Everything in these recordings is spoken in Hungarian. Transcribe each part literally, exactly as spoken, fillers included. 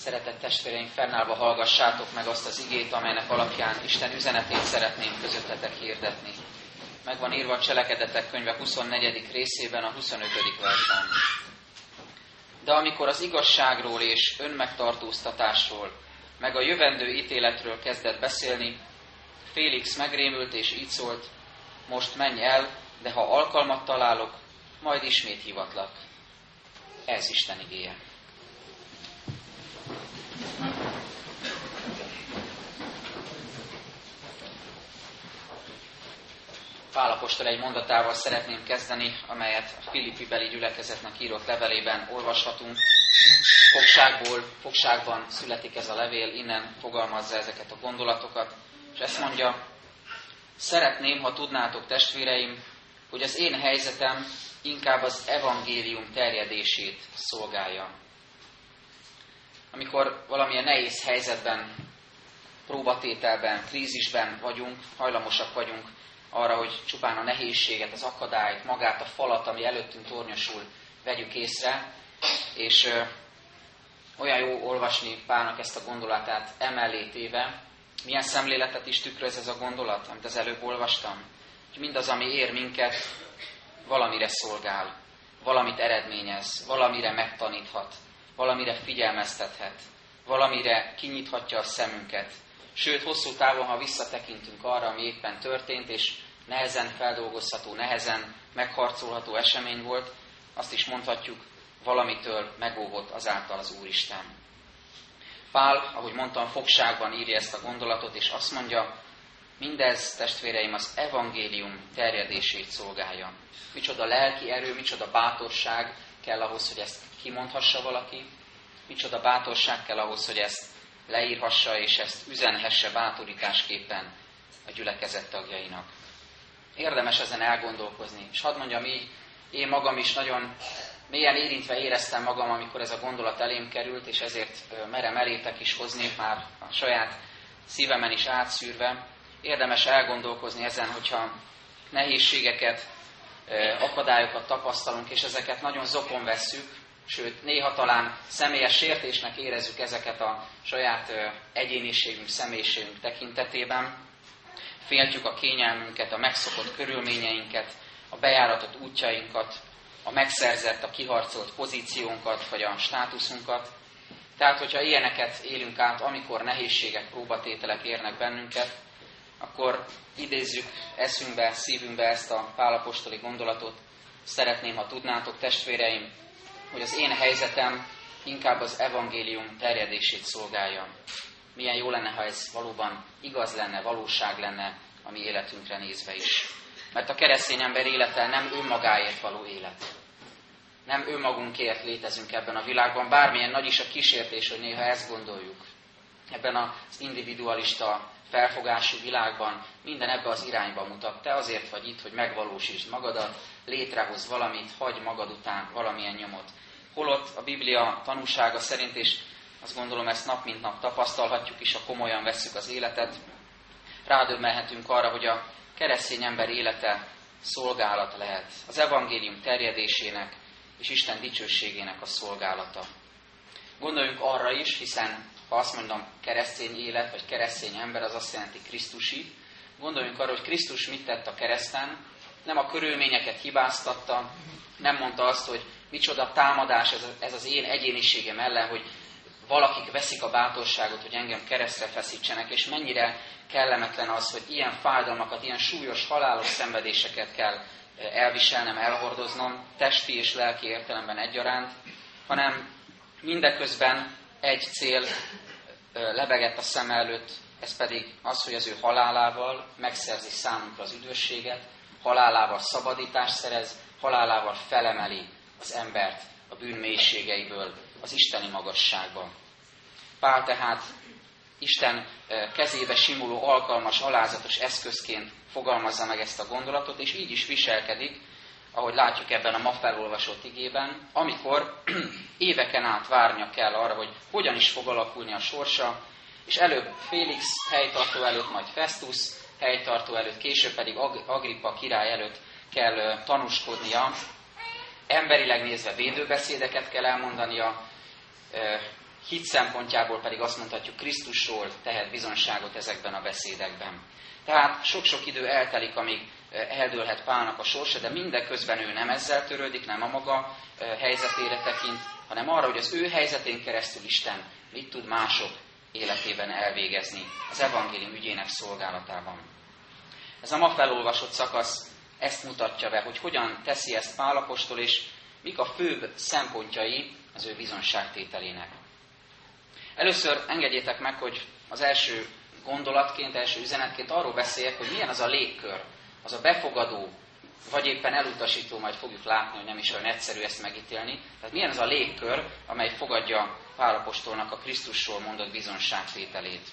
Szeretett testvéreim, fennállva hallgassátok meg azt az igét, amelynek alapján Isten üzenetét szeretném közöttetek hirdetni. Meg van írva a Cselekedetek könyve huszonnegyedik részében, a huszonötödik versben. De amikor az igazságról és önmegtartóztatásról, meg a jövendő ítéletről kezdett beszélni, Félix megrémült és így szólt: most menj el, de ha alkalmat találok, majd ismét hívatlak. Ez Isten igéje. Pál apostol egy mondatával szeretném kezdeni, amelyet a Filippi-beli gyülekezetnek írott levelében olvashatunk. Fogságból, fogságban születik ez a levél, innen fogalmazza ezeket a gondolatokat, és ezt mondja: szeretném, ha tudnátok, testvéreim, hogy az én helyzetem inkább az evangélium terjedését szolgálja. Amikor valamilyen nehéz helyzetben, próbatételben, krízisben vagyunk, hajlamosak vagyunk arra, hogy csupán a nehézséget, az akadályt, magát a falat, ami előttünk tornyosul, vegyük észre, és ö, olyan jó olvasni Pálnak ezt a gondolatát emellé téve. Milyen szemléletet is tükröz ez a gondolat, amit az előbb olvastam? Hogy mindaz, ami ér minket, valamire szolgál, valamit eredményez, valamire megtaníthat, valamire figyelmeztethet, valamire kinyithatja a szemünket. Sőt, hosszú távon, ha visszatekintünk arra, ami éppen történt, és nehezen feldolgozható, nehezen megharcolható esemény volt, azt is mondhatjuk, valamitől megóvott azáltal az Úristen. Pál, ahogy mondtam, fogságban írja ezt a gondolatot, és azt mondja, mindez, testvéreim, az evangélium terjedését szolgálja. Micsoda lelki erő, micsoda bátorság kell ahhoz, hogy ezt kimondhassa valaki, micsoda bátorság kell ahhoz, hogy ezt leírhassa, és ezt üzenhesse bátorításképpen a gyülekezet tagjainak. Érdemes ezen elgondolkozni. És hadd mondjam így, én magam is nagyon mélyen érintve éreztem magam, amikor ez a gondolat elém került, és ezért merem elétek is hozni, már a saját szívemen is átszűrve. Érdemes elgondolkozni ezen, hogyha nehézségeket, akadályokat tapasztalunk, és ezeket nagyon zokon vesszük, sőt, néha talán személyes sértésnek érezzük ezeket a saját egyéniségünk, személyiségünk tekintetében. Féltjük a kényelmünket, a megszokott körülményeinket, a bejáratott útjainkat, a megszerzett, a kiharcolt pozíciónkat, vagy a státuszunkat. Tehát, hogyha ilyeneket élünk át, amikor nehézségek, próbatételek érnek bennünket, akkor idézzük eszünkbe, szívünkbe ezt a Pál apostoli gondolatot. Szeretném, ha tudnátok, testvéreim, hogy az én helyzetem inkább az evangélium terjedését szolgálja. Milyen jó lenne, ha ez valóban igaz lenne, valóság lenne a mi életünkre nézve is. Mert a keresztény ember élete nem önmagáért való élet. Nem önmagunkért létezünk ebben a világban, bármilyen nagy is a kísértés, hogy néha ezt gondoljuk. Ebben az individualista felfogású világban minden ebbe az irányba mutat. Te azért vagy itt, hogy megvalósítsd magadat, létrehoz valamit, hagyj magad után valamilyen nyomot. Holott a Biblia tanúsága szerint, és azt gondolom, ezt nap mint nap tapasztalhatjuk is, ha komolyan vesszük az életet, rádöbbenhetünk arra, hogy a keresztény ember élete szolgálat lehet. Az evangélium terjedésének és Isten dicsőségének a szolgálata. Gondoljunk arra is, hiszen ha azt mondom keresztény élet, vagy keresztény ember, az azt jelenti Krisztusi. Gondoljunk arra, hogy Krisztus mit tett a kereszten, nem a körülményeket hibáztatta, nem mondta azt, hogy micsoda támadás ez, ez az én egyéniségem ellen, hogy valakik veszik a bátorságot, hogy engem keresztre feszítsenek, és mennyire kellemetlen az, hogy ilyen fájdalmakat, ilyen súlyos, halálos szenvedéseket kell elviselnem, elhordoznom, testi és lelki értelemben egyaránt, hanem mindeközben egy cél lebegett a szem előtt, ez pedig az, hogy az ő halálával megszerzi számunkra az üdvösséget, halálával szabadítást szerez, halálával felemeli az embert a bűn mélységeiből az isteni magasságba. Pál tehát Isten kezébe simuló, alkalmas, alázatos eszközként fogalmazza meg ezt a gondolatot, és így is viselkedik, ahogy látjuk ebben a ma felolvasott igében, amikor éveken át várnia kell arra, hogy hogyan is fog alakulni a sorsa, és előbb Félix helytartó előtt, majd Festus helytartó előtt, később pedig Agrippa király előtt kell tanúskodnia. Emberileg nézve védőbeszédeket kell elmondania, hit szempontjából pedig azt mondhatjuk, Krisztusról tehet bizonyságot ezekben a beszédekben. Tehát sok-sok idő eltelik, amíg eldőlhet Pálnak a sorsa, de mindeközben ő nem ezzel törődik, nem a maga helyzetére tekint, hanem arra, hogy az ő helyzetén keresztül Isten mit tud mások életében elvégezni az evangélium ügyének szolgálatában. Ez a ma felolvasott szakasz ezt mutatja be, hogy hogyan teszi ezt Pál apostol, és mik a főbb szempontjai az ő bizonságtételének. Először engedjétek meg, hogy az első gondolatként, első üzenetként arról beszéljek, hogy milyen az a légkör, az a befogadó, vagy éppen elutasító, majd fogjuk látni, hogy nem is olyan egyszerű ezt megítélni. Tehát milyen az a légkör, amely fogadja Pál apostolnak a Krisztusról mondott bizonságtételét.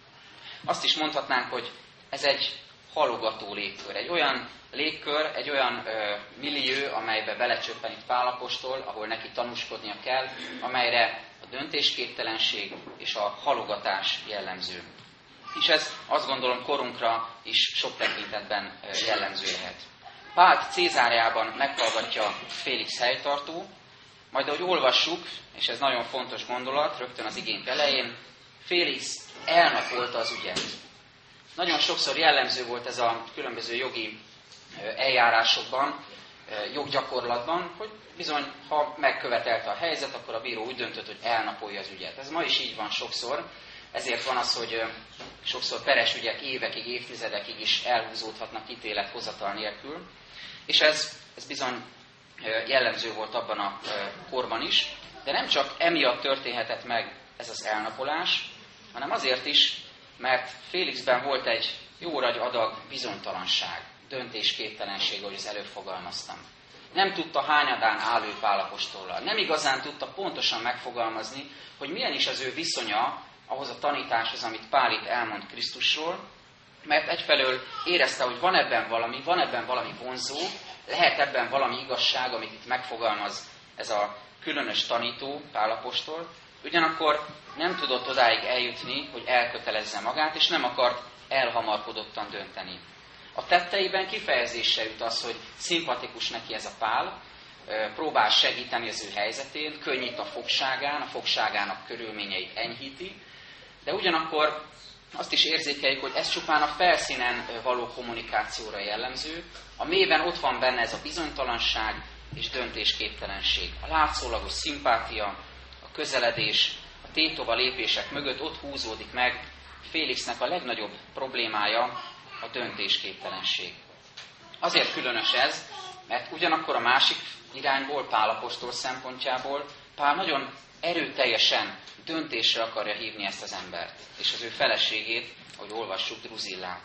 Azt is mondhatnánk, hogy ez egy halogató légkör. Egy olyan légkör, egy olyan ö, millió, amelybe belecsöppen itt Pál apostol, ahol neki tanúskodnia kell, amelyre a döntésképtelenség és a halogatás jellemző. És ez azt gondolom korunkra is sok tekintetben jellemző lehet. Pált Cézáreában meghallgatja Félix helytartó, majd ahogy olvassuk, és ez nagyon fontos gondolat, rögtön az igény elején, Félix elnapolta az ügyet. Nagyon sokszor jellemző volt ez a különböző jogi eljárásokban, joggyakorlatban, hogy bizony, ha megkövetelte a helyzet, akkor a bíró úgy döntött, hogy elnapolja az ügyet. Ez ma is így van sokszor, ezért van az, hogy sokszor peres ügyek évekig, évtizedekig is elhúzódhatnak ítélethozatal nélkül, és ez, ez bizony jellemző volt abban a korban is, de nem csak emiatt történhetett meg ez az elnapolás, hanem azért is, mert Félixben volt egy jó nagy adag bizonytalanság, döntésképtelenség, ahogy az előbb fogalmaztam. Nem tudta hányadán áll ő Pál apostollal. Nem igazán tudta pontosan megfogalmazni, hogy milyen is az ő viszonya ahhoz a tanításhoz, amit Pál itt elmond Krisztusról, mert egyfelől érezte, hogy van ebben valami, van ebben valami vonzó, lehet ebben valami igazság, amit itt megfogalmaz ez a különös tanító, Pál apostol, ugyanakkor nem tudott odáig eljutni, hogy elkötelezze magát, és nem akart elhamarkodottan dönteni. A tetteiben kifejezésre jut az, hogy szimpatikus neki ez a Pál, próbál segíteni az ő helyzetén, könnyít a fogságán, a fogságának körülményeit enyhíti, de ugyanakkor azt is érzékeljük, hogy ez csupán a felszínen való kommunikációra jellemző, a mélyben ott van benne ez a bizonytalanság és döntésképtelenség. A látszólagos szimpátia, a közeledés, a tétova lépések mögött ott húzódik meg Félixnek a legnagyobb problémája, a döntésképtelenség. Azért különös ez, mert ugyanakkor a másik irányból, Pál apostol szempontjából, Pál nagyon erőteljesen döntésre akarja hívni ezt az embert, és az ő feleségét, ahogy olvassuk, Druzillát.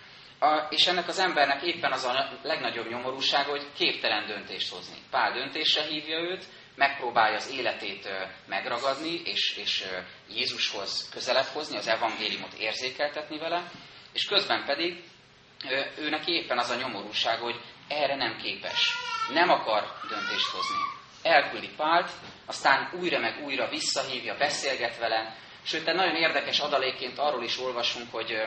A, és ennek az embernek éppen az a legnagyobb nyomorúság, hogy képtelen döntést hozni. Pál döntésre hívja őt, megpróbálja az életét megragadni, és, és Jézushoz közelebb hozni, az evangéliumot érzékeltetni vele, és közben pedig ő neki éppen az a nyomorúság, hogy erre nem képes, nem akar döntést hozni. Elküldi Pált, aztán újra meg újra visszahívja, beszélget vele, sőt, egy nagyon érdekes adalékként arról is olvasunk, hogy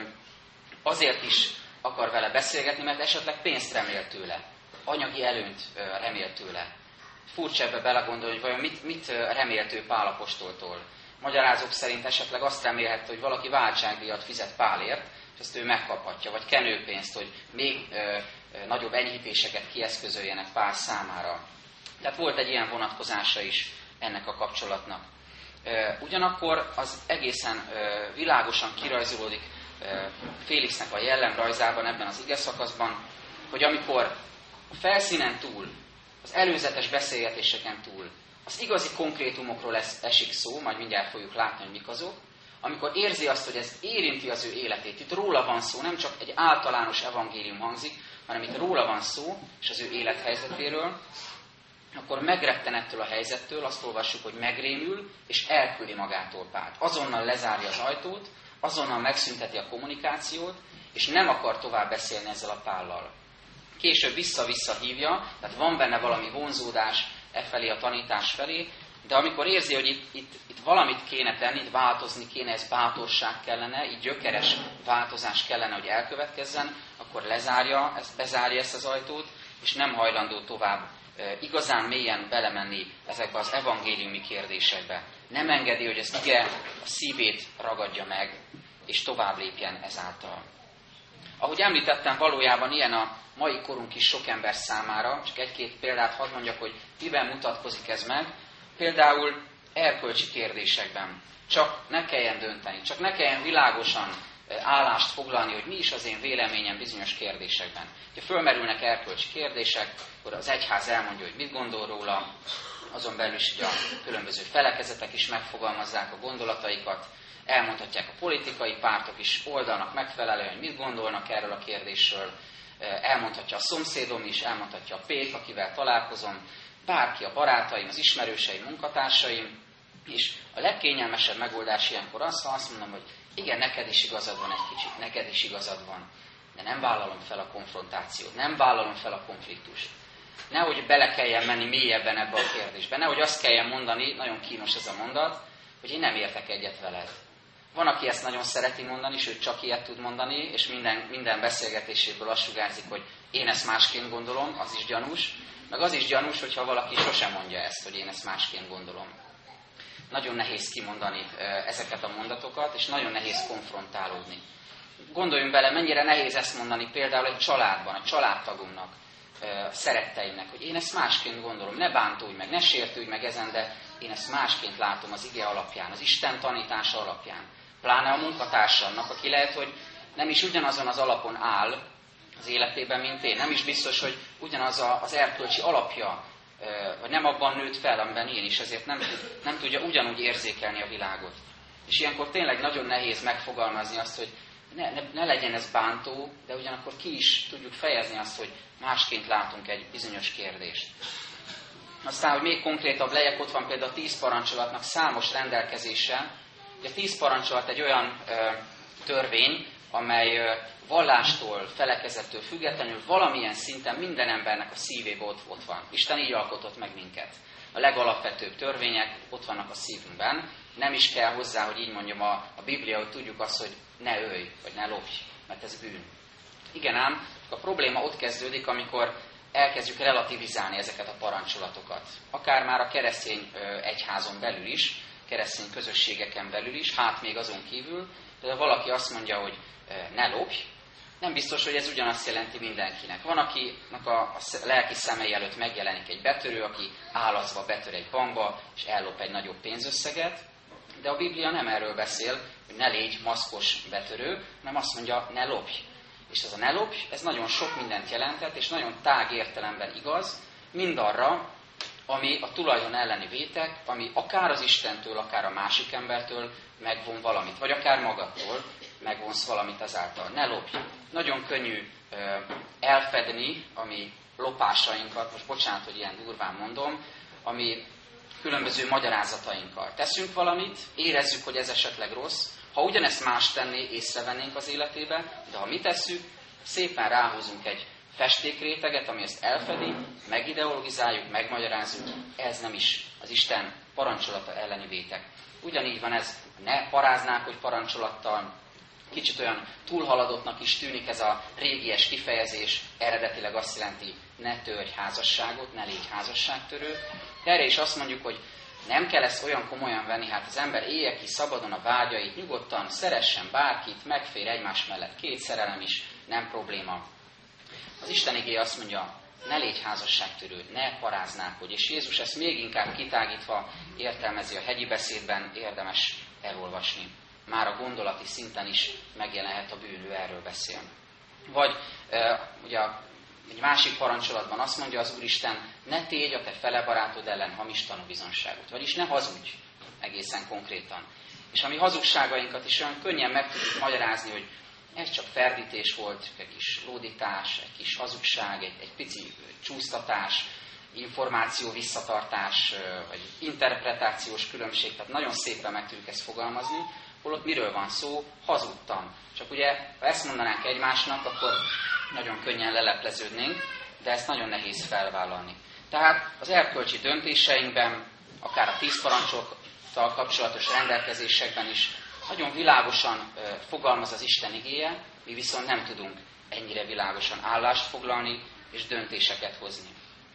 azért is akar vele beszélgetni, mert esetleg pénzt remél tőle, anyagi előnyt remél tőle. Furcsa ebbe belegondolni, hogy vajon mit, mit remélt ő Pál apostoltól. Magyarázók szerint esetleg azt remélhette, hogy valaki váltságdíjat fizet Pálért, és ezt ő megkaphatja, vagy kenőpénzt, hogy még ö, ö, nagyobb enyhítéseket kieszközöljenek Pál számára. Tehát volt egy ilyen vonatkozása is ennek a kapcsolatnak. Ö, ugyanakkor az egészen ö, világosan kirajzolódik ö, Félixnek a jellemrajzában ebben az ige szakaszban, hogy amikor a felszínen túl, az előzetes beszélgetéseken túl, az igazi konkrétumokról lesz, esik szó, majd mindjárt fogjuk látni, hogy mik azok, amikor érzi azt, hogy ez érinti az ő életét, itt róla van szó, nem csak egy általános evangélium hangzik, hanem itt róla van szó, és az ő élethelyzetéről, akkor megretten ettől a helyzettől, azt olvassuk, hogy megrémül, és elküldi magától Pált. Azonnal lezárja az ajtót, azonnal megszünteti a kommunikációt, és nem akar tovább beszélni ezzel a Pállal. Később vissza-vissza hívja, tehát van benne valami vonzódás e felé, a tanítás felé, de amikor érzi, hogy itt, itt, itt valamit kéne tenni, itt változni kéne, ez bátorság kellene, így gyökeres változás kellene, hogy elkövetkezzen, akkor lezárja, ezt, bezárja ezt az ajtót, és nem hajlandó tovább igazán mélyen belemenni ezekbe az evangéliumi kérdésekbe. Nem engedi, hogy az ige a szívét ragadja meg, és tovább lépjen ezáltal. Ahogy említettem, valójában ilyen a mai korunk is sok ember számára, csak egy-két példát hadd mondjak, hogy miben mutatkozik ez meg. Például erkölcsi kérdésekben. Csak ne kelljen dönteni, csak ne kelljen világosan állást foglalni, hogy mi is az én véleményem bizonyos kérdésekben. Ha fölmerülnek erkölcsi kérdések, akkor az egyház elmondja, hogy mit gondol róla, azon belül is ugye a különböző felekezetek is megfogalmazzák a gondolataikat, elmondhatják a politikai pártok is oldalnak megfelelően, hogy mit gondolnak erről a kérdésről, elmondhatja a szomszédom is, elmondhatja a pék, akivel találkozom, bárki, a barátaim, az ismerőseim, munkatársaim, és a legkényelmesebb megoldás ilyenkor az, ha azt mondom, hogy igen, neked is igazad van egy kicsit, neked is igazad van, de nem vállalom fel a konfrontációt, nem vállalom fel a konfliktust. Nehogy bele kelljen menni mélyebben ebbe a kérdésbe, nehogy azt kelljen mondani, nagyon kínos ez a mondat, hogy én nem értek egyet veled. Van, aki ezt nagyon szereti mondani, sőt csak ilyet tud mondani, és minden, minden beszélgetéséből azt sugárzik, hogy én ezt másként gondolom, az is gyanús, meg az is gyanús, hogyha valaki sosem mondja ezt, hogy én ezt másként gondolom. Nagyon nehéz kimondani ezeket a mondatokat, és nagyon nehéz konfrontálódni. Gondoljunk bele, mennyire nehéz ezt mondani például egy családban, a családtagunknak, a szeretteimnek, hogy én ezt másként gondolom, ne bántulj meg, ne sértülj meg ezen, de én ezt másként látom az ige alapján, az Isten tanítása alapján. Pláne a munkatársamnak, aki lehet, hogy nem is ugyanazon az alapon áll az életében, mint én. Nem is biztos, hogy ugyanaz az erkölcsi alapja, vagy nem abban nőtt fel, amiben én is, ezért nem, nem tudja ugyanúgy érzékelni a világot. És ilyenkor tényleg nagyon nehéz megfogalmazni azt, hogy ne, ne, ne legyen ez bántó, de ugyanakkor ki is tudjuk fejezni azt, hogy másként látunk egy bizonyos kérdést. Aztán, hogy még konkrétabb legyek, ott van például a tíz parancsolatnak számos rendelkezése. A tíz parancsolat egy olyan ö, törvény, amely ö, vallástól, felekezettől függetlenül valamilyen szinten minden embernek a szívében ott, ott van. Isten így alkotott meg minket. A legalapvetőbb törvények ott vannak a szívünkben. Nem is kell hozzá, hogy így mondjam a, a Biblia, hogy tudjuk azt, hogy ne ölj, vagy ne lopj, mert ez bűn. Igen ám, a probléma ott kezdődik, amikor elkezdjük relativizálni ezeket a parancsolatokat. Akár már a keresztény egyházon belül is, keresztény közösségeken belül is, hát még azon kívül, de valaki azt mondja, hogy ne lopj, nem biztos, hogy ez ugyanazt jelenti mindenkinek. Van, akinek a, a lelki szemei előtt megjelenik egy betörő, aki álazva betör egy bankba, és ellop egy nagyobb pénzösszeget, de a Biblia nem erről beszél, hogy ne légy maszkos betörő, hanem azt mondja, ne lopj. És ez a ne lopj, ez nagyon sok mindent jelentett, és nagyon tág értelemben igaz, mindarra, ami a tulajdon elleni vétek, ami akár az Istentől, akár a másik embertől megvon valamit, vagy akár magadtól megvonsz valamit ezáltal. Ne lopj. Nagyon könnyű ö, elfedni a mi lopásainkat, most bocsánat, hogy ilyen durván mondom, ami különböző magyarázatainkkal. Teszünk valamit, érezzük, hogy ez esetleg rossz, ha ugyanezt más tenné, észrevennénk az életébe, de ha mi tesszük, szépen ráhúzunk egy festékréteget, ami ezt elfedi, megideologizáljuk, megmagyarázzuk, ez nem is az Isten parancsolata elleni vétek. Ugyanígy van ez, ne paráznák, hogy parancsolattal, kicsit olyan túlhaladottnak is tűnik ez a régies kifejezés, eredetileg azt jelenti, ne törj házasságot, ne légy házasságtörő. Erre is azt mondjuk, hogy nem kell ezt olyan komolyan venni, hát az ember élje ki szabadon a vágyait, nyugodtan szeressen bárkit, megfér egymás mellett két szerelem is, nem probléma. Az Isten igéje azt mondja, ne légy házasságtörő, ne paráználkodj, és Jézus ezt még inkább kitágítva értelmezi a hegyi beszédben, érdemes elolvasni. Már a gondolati szinten is megjelenhet a bűn, ő erről beszél. Vagy e, ugye egy másik parancsolatban azt mondja az Úristen, ne tégy a te fele barátod ellen hamis tanúbizonságot, vagyis ne hazudj egészen konkrétan. És a mi hazugságainkat is olyan könnyen meg tudjuk magyarázni, hogy ez csak ferdítés volt, egy kis lódítás, egy kis hazugság, egy, egy pici csúsztatás, információ visszatartás, vagy interpretációs különbség, tehát nagyon szépen meg tudjuk ezt fogalmazni, holott miről van szó? Hazudtam. Csak ugye, ha ezt mondanánk egymásnak, akkor nagyon könnyen lelepleződnénk, de ezt nagyon nehéz felvállalni. Tehát az erkölcsi döntéseinkben, akár a tíz parancsolattal kapcsolatos rendelkezésekben is nagyon világosan fogalmaz az Isten igéje, mi viszont nem tudunk ennyire világosan állást foglalni és döntéseket hozni.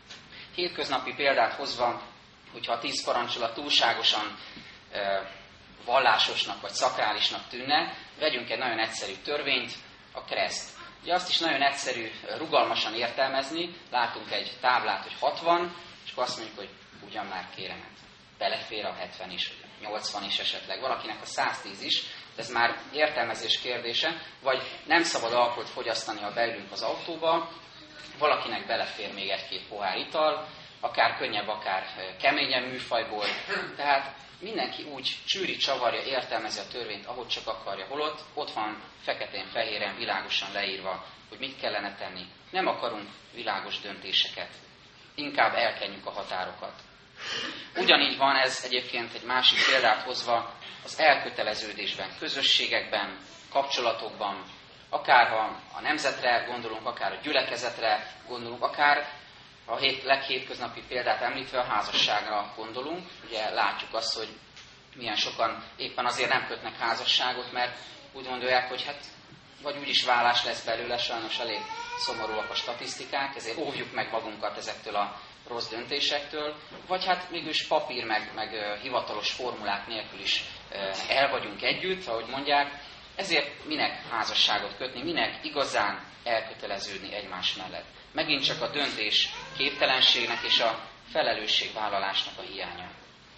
Hétköznapi példát hozva, hogyha a tíz parancsolat túlságosan e, vallásosnak vagy szakrálisnak tűnne, vegyünk egy nagyon egyszerű törvényt, a kereszt. Ugye azt is nagyon egyszerű rugalmasan értelmezni, látunk egy táblát, hogy hatvan, és akkor azt mondjuk, hogy ugyan már kérem, belefér a hetven is, nyolcvan is esetleg, valakinek a száztíz is, de ez már értelmezés kérdése, vagy nem szabad alkoholt fogyasztani, ha beülünk az autóba, valakinek belefér még egy-két pohár ital, akár könnyebb, akár keményebb műfajból, tehát mindenki úgy csűri, csavarja, értelmezi a törvényt, ahogy csak akarja, holott ott van feketén-fehéren világosan leírva, hogy mit kellene tenni. Nem akarunk világos döntéseket, inkább elkenjük a határokat. Ugyanígy van ez egyébként egy másik példát hozva az elköteleződésben, közösségekben, kapcsolatokban, akár ha a nemzetre gondolunk, akár a gyülekezetre gondolunk, akár a hét, leghétköznapi példát említve a házasságra gondolunk. Ugye látjuk azt, hogy milyen sokan éppen azért nem kötnek házasságot, mert úgy gondolják, hogy hát vagy úgyis vállás lesz belőle, sajnos elég szomorúak a statisztikák, ezért óvjuk meg magunkat ezektől a rossz döntésektől, vagy hát mégis papír meg, meg hivatalos formulák nélkül is el vagyunk együtt, ahogy mondják, ezért minek házasságot kötni, minek igazán elköteleződni egymás mellett. Megint csak a döntés képtelenségnek és a felelősségvállalásnak a hiánya.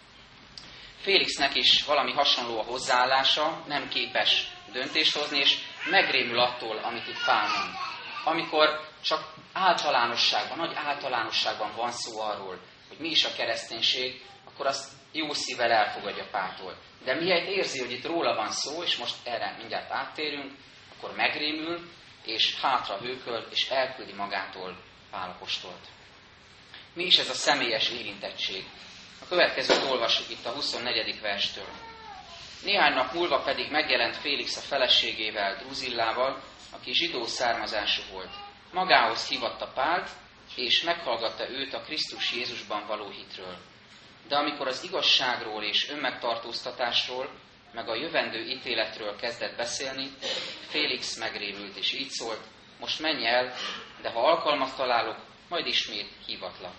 Félixnek is valami hasonló a hozzáállása, nem képes döntést hozni, és megrémül attól, amit itt Pál mond. Amikor csak általánosságban, nagy általánosságban van szó arról, hogy mi is a kereszténység, akkor azt jó szívvel elfogadja Páltól. De mihelyt érzi, hogy itt róla van szó, és most erre mindjárt áttérünk, akkor megrémül, és hátra hőköl, és elküldi magától Pál apostolt. Mi is ez a személyes érintettség? A következőt olvassuk itt a huszonnegyedik verstől. Néhány nap múlva pedig megjelent Félix a feleségével, Druzillával, aki zsidó származású volt. Magához hívatta Pált, és meghallgatta őt a Krisztus Jézusban való hitről. De amikor az igazságról és önmegtartóztatásról, meg a jövendő ítéletről kezdett beszélni, Félix megrémült, és így szólt, most menj el, de ha alkalmat találok, majd ismét hívatlak.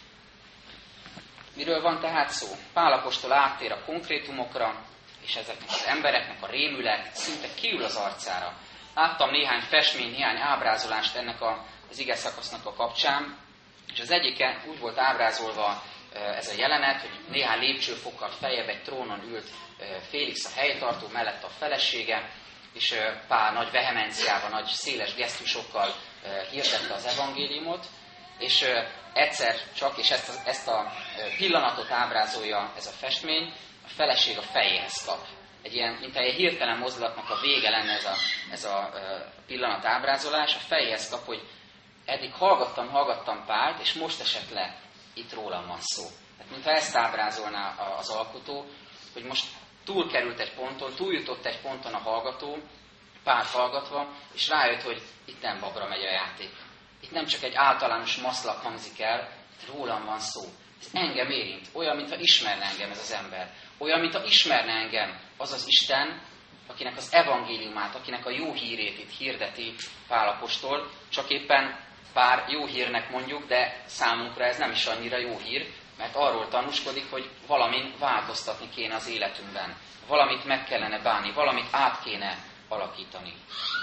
Miről van tehát szó? Pál apostol áttér a konkrétumokra, és ezeknek az embereknek a rémület szinte kiül az arcára. Láttam néhány festmény, néhány ábrázolást ennek a, az ige szakasznak a kapcsán, és az egyike úgy volt ábrázolva ez a jelenet, hogy néhány lépcsőfokkal feljebb egy trónon ült Félix a helytartó, mellett a felesége, és Pál nagy vehemenciával, nagy széles gesztusokkal hirdette az evangéliumot, és egyszer csak, és ezt a, ezt a pillanatot ábrázolja ez a festmény, a feleség a fejéhez kap. Egy ilyen, mint egy hirtelen mozdulatnak a vége lenne ez a, ez a pillanat ábrázolás, a fejéhez kap, hogy eddig hallgattam, hallgattam Pált, és most esett le, itt rólam van szó. Tehát mintha ezt ábrázolná az alkotó, hogy most túlkerült egy ponton, túljutott egy ponton a hallgató, Pált hallgatva, és rájött, hogy itt nem babra megy a játék. Itt nem csak egy általános maszlak hangzik el, itt rólam van szó. Ez engem érint, olyan, mintha ismerne engem ez az ember. Olyan, mintha ismerne engem az az Isten, akinek az evangéliumát, akinek a jó hírét itt hirdeti Pál apostol, csak éppen bár jó hírnek mondjuk, de számunkra ez nem is annyira jó hír, mert arról tanúskodik, hogy valamin változtatni kéne az életünkben. Valamit meg kellene bánni, valamit át kéne alakítani.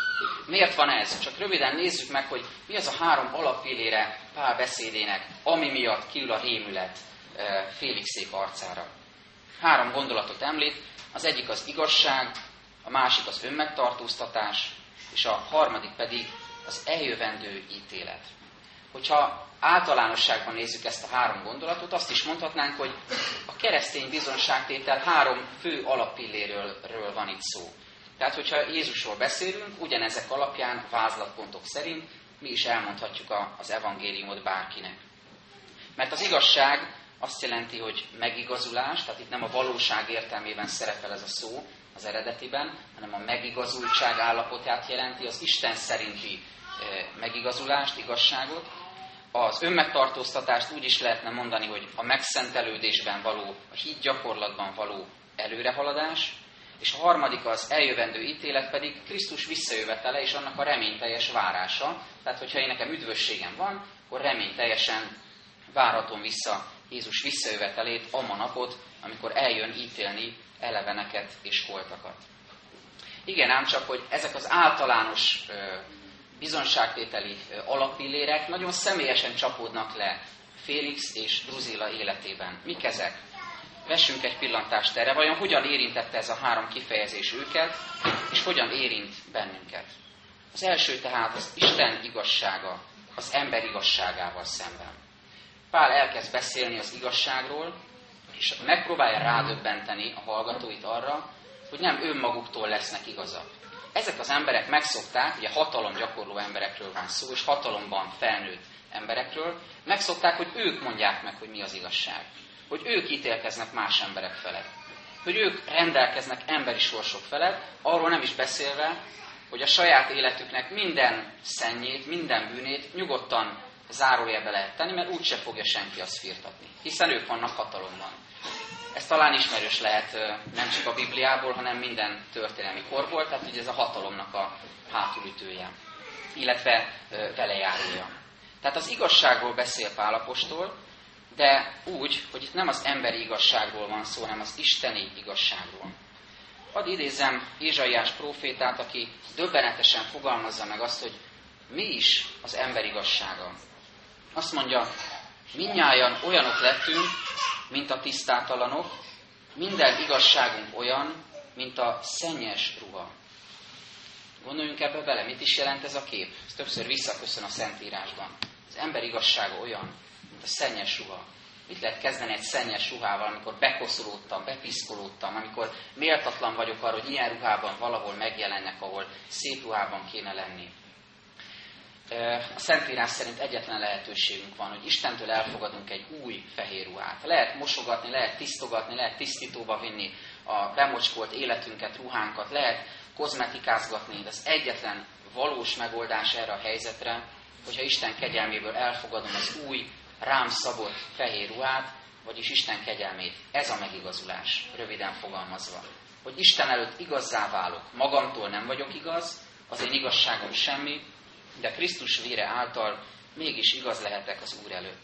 Miért van ez? Csak röviden nézzük meg, hogy mi az a három alappillére Pál beszédének, ami miatt kiül a rémület Félixék arcára. Három gondolatot említ, az egyik az igazság, a másik az önmegtartóztatás, és a harmadik pedig az eljövendő ítélet. Hogyha általánosságban nézzük ezt a három gondolatot, azt is mondhatnánk, hogy a keresztény bizonságtétel három fő alappilléről van itt szó. Tehát, hogyha Jézusról beszélünk, ugyanezek alapján, vázlatpontok szerint mi is elmondhatjuk az evangéliumot bárkinek. Mert az igazság azt jelenti, hogy megigazulás, tehát itt nem a valóság értelmében szerepel ez a szó az eredetiben, hanem a megigazultság állapotát jelenti, az Isten szerinti megigazulást, igazságot. Az önmegtartóztatást úgy is lehetne mondani, hogy a megszentelődésben való, a hit gyakorlatban való előrehaladás, és a harmadik az eljövendő ítélet pedig Krisztus visszajövetele és annak a reményteljes várása. Tehát, hogyha én nekem üdvösségem van, akkor reményteljesen várhatom vissza Jézus visszajövetelét, amma napot, amikor eljön ítélni eleveneket és holtakat. Igen, ám csak, hogy ezek az általános bizonságtételi alappillérek nagyon személyesen csapódnak le Félix és Druzilla életében. Mik ezek? Vessünk egy pillantást erre, vajon hogyan érintette ez a három kifejezés őket, és hogyan érint bennünket. Az első tehát az Isten igazsága az ember igazságával szemben. Pál elkezd beszélni az igazságról, és megpróbálja rádöbbenteni a hallgatóit arra, hogy nem önmaguktól lesznek igazak. Ezek az emberek megszokták, ugye hatalomgyakorló emberekről van szó, és hatalomban felnőtt emberekről, megszokták, hogy ők mondják meg, hogy mi az igazság. Hogy ők ítélkeznek más emberek felett. Hogy ők rendelkeznek emberi sorsok felett, arról nem is beszélve, hogy a saját életüknek minden szennyét, minden bűnét nyugodtan zárójelbe lehet tenni, mert úgyse fogja senki azt firtatni. Hiszen ők vannak hatalomban. Ez talán ismerős lehet nem csak a Bibliából, hanem minden történelmi korból, tehát ugye ez a hatalomnak a hátulütője, illetve velejárója. Tehát az igazságról beszél Pál apostol, de úgy, hogy itt nem az emberi igazságról van szó, hanem az isteni igazságról. Hadd idézzem Ézsaiás prófétát, aki döbbenetesen fogalmazza meg azt, hogy mi is az ember igazsága. Azt mondja, mindnyájan olyanok lettünk, mint a tisztátalanok, minden igazságunk olyan, mint a szennyes ruha. Gondoljunk ebbe bele, mit is jelent ez a kép? Ez többször visszaköszön a Szentírásban. Az ember igazsága olyan, mint a szennyes ruha. Mit lehet kezdeni egy szennyes ruhával, amikor bekoszolódtam, bepiszkolódtam, amikor méltatlan vagyok arra, hogy ilyen ruhában valahol megjelennek, ahol szép ruhában kéne lenni. A Szentírás szerint egyetlen lehetőségünk van, hogy Istentől elfogadunk egy új fehér ruhát. Lehet mosogatni, lehet tisztogatni, lehet tisztítóba vinni a bemocskolt életünket, ruhánkat, lehet kozmetikázgatni, de az egyetlen valós megoldás erre a helyzetre, hogyha Isten kegyelméből elfogadom az új, rám szabott fehér ruhát, vagyis Isten kegyelmét. Ez a megigazulás, röviden fogalmazva. Hogy Isten előtt igazzá válok. Magamtól nem vagyok igaz, az én igazságom semmi, de Krisztus vére által mégis igaz lehetek az Úr előtt.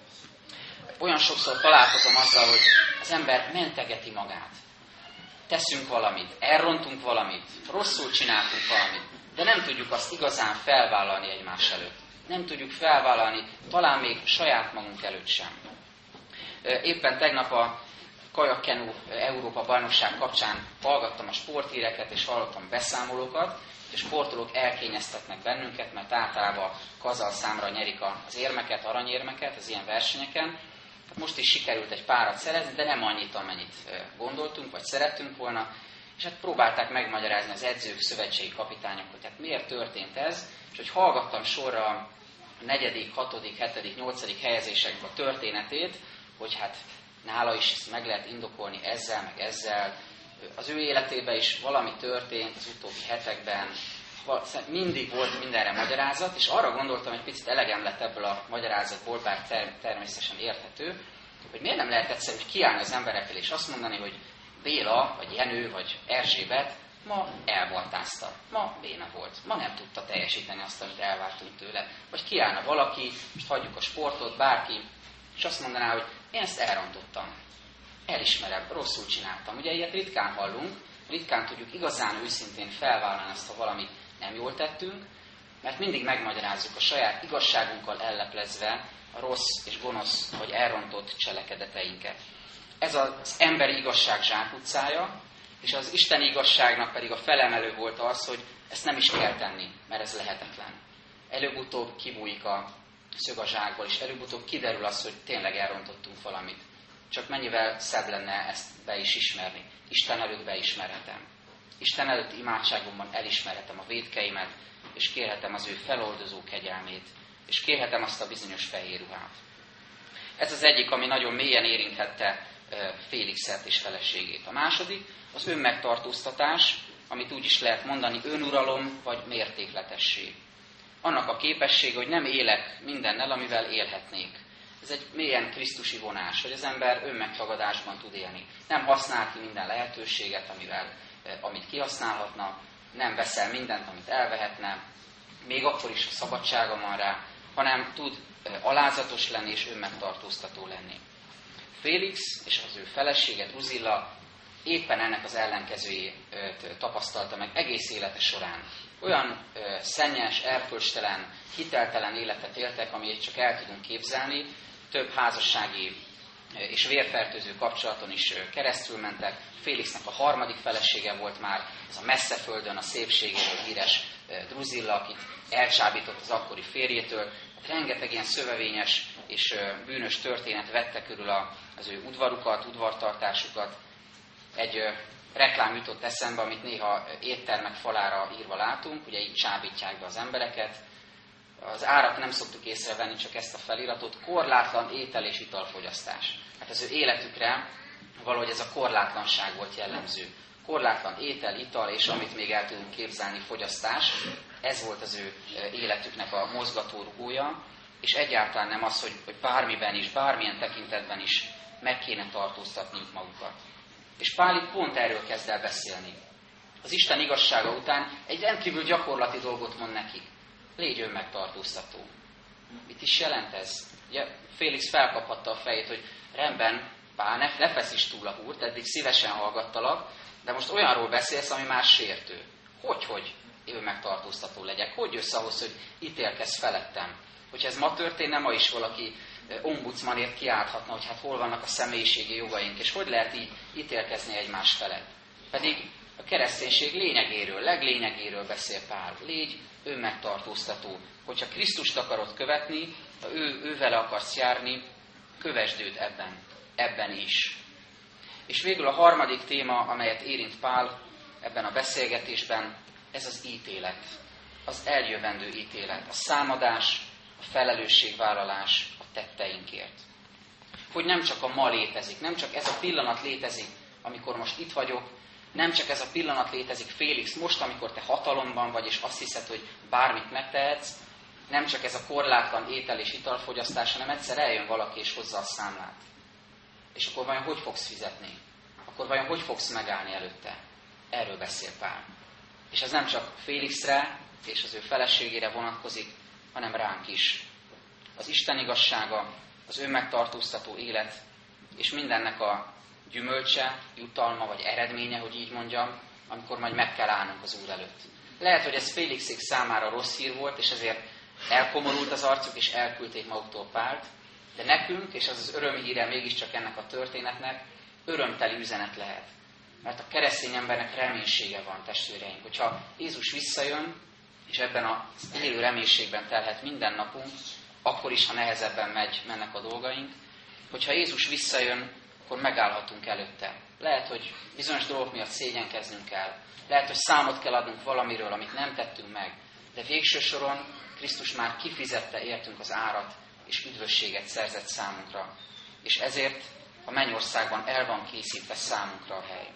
Olyan sokszor találkozom azzal, hogy az ember mentegeti magát. Teszünk valamit, elrontunk valamit, rosszul csináltunk valamit, de nem tudjuk azt igazán felvállalni egymás előtt. Nem tudjuk felvállalni, talán még saját magunk előtt sem. Éppen tegnap a Kajakkenu Európa bajnokság kapcsán hallgattam a sporthíreket, és hallottam beszámolókat, és a sportolók elkényeztetnek bennünket, mert általában kazal számra nyerik az érmeket, aranyérmeket az ilyen versenyeken. Most is sikerült egy párat szerezni, de nem annyit, amennyit gondoltunk, vagy szerettünk volna. És hát próbálták megmagyarázni az edzők, szövetségi kapitányok, hogy hát miért történt ez, és hogy hallgattam sorra a negyedik, hatodik, hetedik, nyolcadik helyezésekben a történetét, hogy hát nála is ezt meg lehet indokolni ezzel, meg ezzel. Az ő életében is valami történt az utóbbi hetekben, mindig volt mindenre magyarázat, és arra gondoltam, hogy picit elegem lett ebből a magyarázatból, bár természetesen érthető, hogy miért nem lehet egyszerűen kiállni az emberek elé, és azt mondani, hogy Béla, vagy Jenő, vagy Erzsébet ma elbaltázta, ma béna volt, ma nem tudta teljesíteni azt, amit elvártunk tőle. Vagy kiállna valaki, most hagyjuk a sportot, bárki, és azt mondaná, hogy én ezt elrontottam. Elismerem, rosszul csináltam. Ugye ilyet ritkán hallunk, ritkán tudjuk igazán őszintén felvállalni azt, ha valamit nem jól tettünk, mert mindig megmagyarázzuk a saját igazságunkkal elleplezve a rossz és gonosz vagy elrontott cselekedeteinket. Ez az emberi igazság zsákutcája, és az isteni igazságnak pedig a felemelő volt az, hogy ezt nem is kell tenni, mert ez lehetetlen. Előbb-utóbb kibújik a szög a zsákból, és előbb-utóbb kiderül az, hogy tényleg elrontottunk valamit. Csak mennyivel szebb lenne ezt be is ismerni. Isten előtt beismerhetem. Isten előtt imádságomban elismerhetem a vétkeimet, és kérhetem az ő feloldozó kegyelmét, és kérhetem azt a bizonyos fehér ruhát. Ez az egyik, ami nagyon mélyen érinthette Félixet és feleségét. A második az önmegtartóztatás, amit úgy is lehet mondani önuralom vagy mértékletesség. Annak a képessége, hogy nem élek mindennel, amivel élhetnék. Ez egy mélyen krisztusi vonás, hogy az ember önmegtagadásban tud élni. Nem használ ki minden lehetőséget, amivel, amit kihasználhatna, nem veszel mindent, amit elvehetne, még akkor is szabadsága van rá, hanem tud alázatos lenni és önmegtartóztató lenni. Félix és az ő felesége Druzilla éppen ennek az ellenkezőjét tapasztalta meg egész élete során. Olyan szennyes, erkölcstelen, hiteltelen életet éltek, amit csak el tudunk képzelni, több házassági és vérfertőző kapcsolaton is keresztül mentek. Félixnek a harmadik felesége volt már, ez a messze földön a szépségéről híres Druzilla, akit elcsábított az akkori férjétől. Hát rengeteg ilyen szövevényes és bűnös történet vette körül az ő udvarukat, udvartartásukat. Egy reklám jutott eszembe, amit néha éttermek falára írva látunk, ugye így csábítják be az embereket. Az árat nem szoktuk észrevenni, csak ezt a feliratot, korlátlan étel és italfogyasztás. Hát az ő életükre valahogy ez a korlátlanság volt jellemző. Korlátlan étel, ital és amit még el tudunk képzelni, fogyasztás. Ez volt az ő életüknek a mozgatórugója, és egyáltalán nem az, hogy, hogy bármiben is, bármilyen tekintetben is meg kéne tartóztatniuk magukat. És Pál itt pont erről kezd el beszélni. Az Isten igazsága után egy rendkívül gyakorlati dolgot mond nekik. Légy önmegtartóztató. Mit is jelent ez? Ugye Félix felkaphatta a fejét, hogy rendben, Pál, ne, ne feszíts túl a húrt, eddig szívesen hallgattalak, de most olyanról beszélsz, ami már sértő. Hogy, hogy önmegtartóztató legyek? Hogy jössz ahhoz, hogy ítélkezz felettem? Hogyha ez ma történne, ma is valaki ombudsmanért kiállhatna, hogy hát hol vannak a személyiségi jogaink, és hogy lehet így ítélkezni egymás felett. Pedig a kereszténység lényegéről, leglényegéről beszél Pál. Légy önmegtartóztató. Hogyha Krisztust akarod követni, ha ő, ő vele akarsz járni, kövesd őt ebben, ebben is. És végül a harmadik téma, amelyet érint Pál ebben a beszélgetésben, ez az ítélet. Az eljövendő ítélet. A számadás, a felelősségvállalás a tetteinkért. Hogy nem csak a ma létezik, nem csak ez a pillanat létezik, amikor most itt vagyok, nem csak ez a pillanat létezik, Félix, most, amikor te hatalomban vagy, és azt hiszed, hogy bármit megtehetsz, nem csak ez a korlátlan étel és italfogyasztás, hanem egyszer eljön valaki és hozza a számlát. És akkor vajon hogy fogsz fizetni? Akkor vajon hogy fogsz megállni előtte? Erről beszél Pál. És ez nem csak Félixre és az ő feleségére vonatkozik, hanem ránk is. Az Isten igazsága, az önmegtartóztató élet, és mindennek a gyümölcse, jutalma vagy eredménye, hogy így mondjam, amikor majd meg kell állnunk az Úr előtt. Lehet, hogy ez Félixék számára rossz hír volt, és ezért elkomorult az arcuk, és elküldték maguktól Pált, de nekünk, és az az örömhíre mégiscsak ennek a történetnek, örömteli üzenet lehet. Mert a keresztény embernek reménysége van, testvéreink. Hogyha Jézus visszajön, és ebben az élő reménységben telhet minden napunk, akkor is, ha nehezebben megy, mennek a dolgaink, hogyha Jézus visszajön, akkor megállhatunk előtte. Lehet, hogy bizonyos dolgok miatt szégyenkeznünk kell. Lehet, hogy számot kell adnunk valamiről, amit nem tettünk meg. De végső soron Krisztus már kifizette értünk az árat, és üdvösséget szerzett számunkra. És ezért a mennyországban el van készítve számunkra a hely.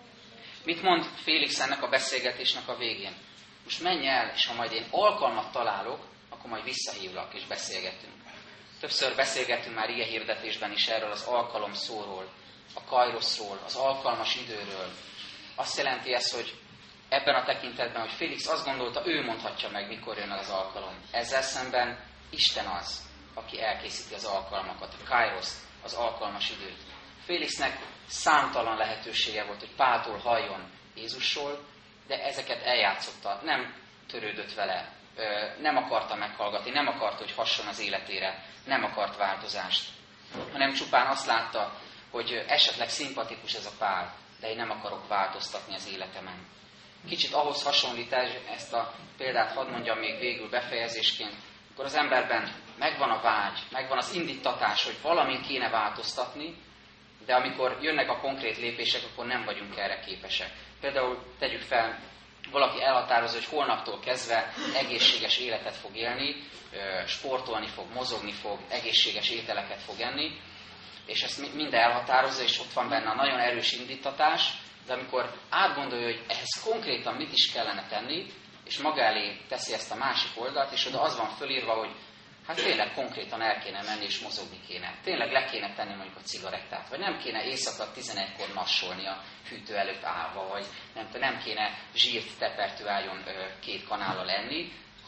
Mit mond Félix ennek a beszélgetésnek a végén? Most menj el, és ha majd én alkalmat találok, akkor majd visszahívlak, és beszélgetünk. Többször beszélgettünk már ige hirdetésben is erről az alkalom szóról, a kairoszról, az alkalmas időről. Azt jelenti ez, hogy ebben a tekintetben, hogy Félix azt gondolta, ő mondhatja meg, mikor jön az alkalom. Ezzel szemben Isten az, aki elkészíti az alkalmakat, a kairoszt, az alkalmas időt. Félixnek számtalan lehetősége volt, hogy Páltól halljon Jézusról, de ezeket eljátszotta, nem törődött vele, nem akarta meghallgatni, nem akarta, hogy hasson az életére, nem akart változást, hanem csupán azt látta, hogy esetleg szimpatikus ez a Pál, de én nem akarok változtatni az életemen. Kicsit ahhoz hasonlít ezt a példát, hadd mondjam még végül befejezésként, akkor az emberben megvan a vágy, megvan az indítatás, hogy valamin kéne változtatni, de amikor jönnek a konkrét lépések, akkor nem vagyunk erre képesek. Például tegyük fel, valaki elhatározza, hogy holnaptól kezdve egészséges életet fog élni, sportolni fog, mozogni fog, egészséges ételeket fog enni, és ezt mind elhatározza, és ott van benne a nagyon erős indítatás, de amikor átgondolja, hogy ehhez konkrétan mit is kellene tenni, és maga elé teszi ezt a másik oldalt, és oda az van fölírva, hogy hát tényleg konkrétan el kéne menni, és mozogni kéne. Tényleg le kéne tenni mondjuk a cigarettát, vagy nem kéne éjszaka tizenegykor nassolni a hűtő előtt állva, vagy nem, nem kéne zsírt tepertő álljon két kanállal enni,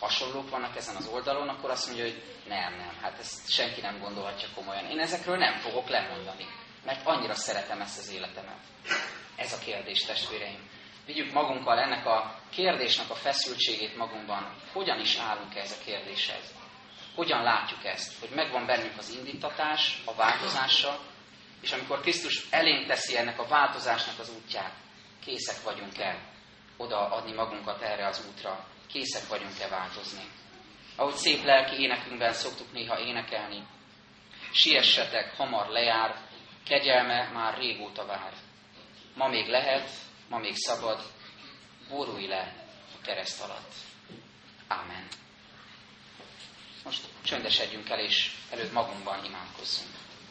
hasonlók vannak ezen az oldalon, akkor azt mondja, hogy nem, nem, hát ezt senki nem gondolhatja komolyan. Én ezekről nem fogok lemondani, mert annyira szeretem ezt az életemet. Ez a kérdés, testvéreim. Vigyük magunkkal ennek a kérdésnek a feszültségét magunkban. Hogyan is állunk ez a kérdéshez? Hogyan látjuk ezt? Hogy megvan bennünk az indítatás, a változásra, és amikor Krisztus elénk teszi ennek a változásnak az útját, készek vagyunk-e odaadni magunkat erre az útra? Készek vagyunk-e változni? Ahogy szép lelki énekünkben szoktuk néha énekelni, siessetek, hamar lejár, kegyelme már régóta vár. Ma még lehet, ma még szabad, borulj le a kereszt alatt. Ámen. Most csöndesedjünk el, és előbb magunkban imádkozzunk.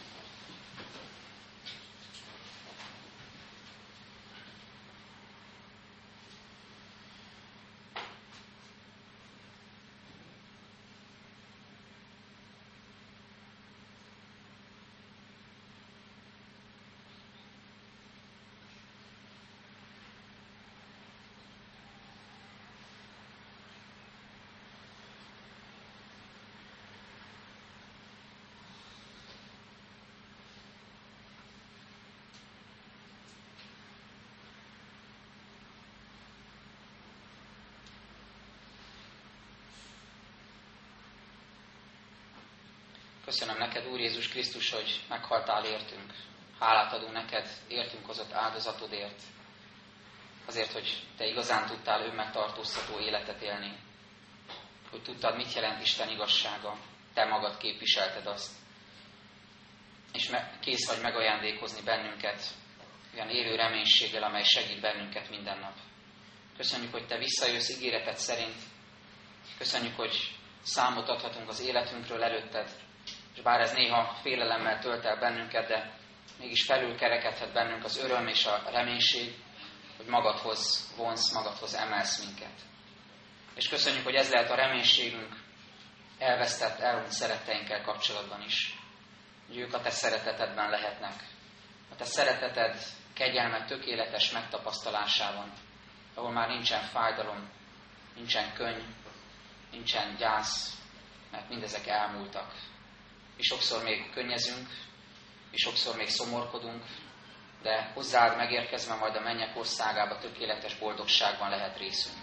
Köszönöm neked, Úr Jézus Krisztus, hogy meghaltál értünk. Hálát adunk neked, értünk hozott áldozatodért. Azért, hogy te igazán tudtál önmegtartóztató életet élni. Hogy tudtad, mit jelent Isten igazsága. Te magad képviselted azt. És kész vagy megajándékozni bennünket olyan élő reménységgel, amely segít bennünket minden nap. Köszönjük, hogy te visszajössz ígéreted szerint. Köszönjük, hogy számot adhatunk az életünkről előtted. És bár ez néha félelemmel tölt el bennünket, de mégis felülkerekedhet bennünk az öröm és a reménység, hogy magadhoz vonsz, magadhoz emelsz minket. És köszönjük, hogy ez lehet a reménységünk elvesztett, elhunyt szeretteinkkel kapcsolatban is. Hogy ők a te szeretetedben lehetnek. A te szereteted, kegyelmed tökéletes megtapasztalásában, ahol már nincsen fájdalom, nincsen könny, nincsen gyász, mert mindezek elmúltak. És sokszor még könnyezünk, és sokszor még szomorkodunk, de hozzád megérkezve majd a mennyek országába tökéletes boldogságban lehet részünk.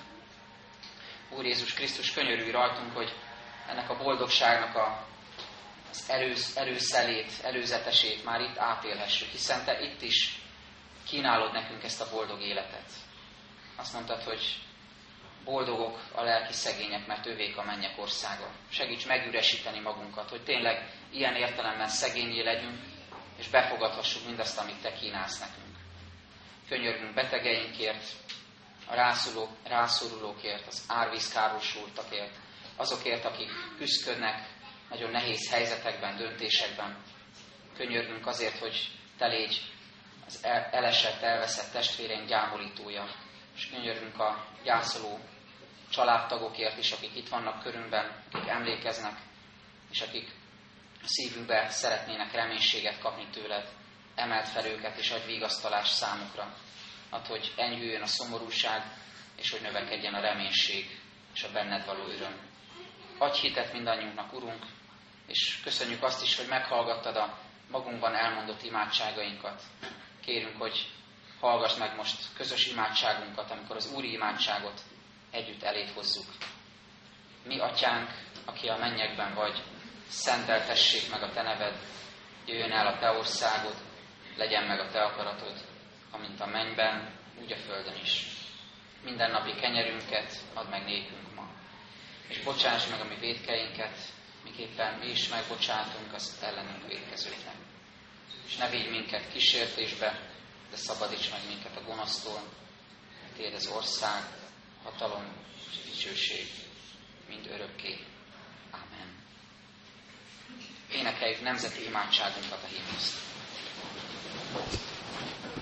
Úr Jézus Krisztus, könyörülj rajtunk, hogy ennek a boldogságnak a, az erősz, erőszelét, előzetesét már itt átélhessük, hiszen te itt is kínálod nekünk ezt a boldog életet. Azt mondtad, hogy boldogok a lelki szegények, mert övék a mennyek országa. Segíts megüresíteni magunkat, hogy tényleg ilyen értelemben szegényé legyünk, és befogadhassuk mindazt, amit te kínálsz nekünk. Könyörgünk betegeinkért, a rászoruló, rászorulókért, az árvízkárosultakért, azokért, akik küszködnek nagyon nehéz helyzetekben, döntésekben. Könyörgünk azért, hogy te légy az elesett, elveszett testvéreink gyámolítója, és könyörgünk a gyászoló családtagokért is, akik itt vannak körünkben, akik emlékeznek, és akik a szívükbe szeretnének reménységet kapni tőled. Emeld fel őket, és adj vigasztalást számukra. Add, hogy enyhüljön a szomorúság, és hogy növekedjen a reménység, és a benned való öröm. Adj hitet mindannyiunknak, Urunk, és köszönjük azt is, hogy meghallgattad a magunkban elmondott imádságainkat. Kérünk, hogy hallgass meg most közös imádságunkat, amikor az úri imádságot együtt eléd hozzuk. Mi, Atyánk, aki a mennyekben vagy, szenteltessék meg a te neved, jöjjön el a te országod, legyen meg a te akaratod, amint a mennyben, úgy a földön is. Mindennapi kenyerünket add meg nékünk ma, és bocsáss meg a mi vétkeinket, miképpen mi is megbocsátunk az ellenünk vétkezőknek. És ne vigy minket kísértésbe, de szabadíts meg minket a gonosztól, mert tiéd az ország, hatalom és dicsőség mind örökké. Ámen. Énekeljük nemzeti imádságunkat, a himnuszt.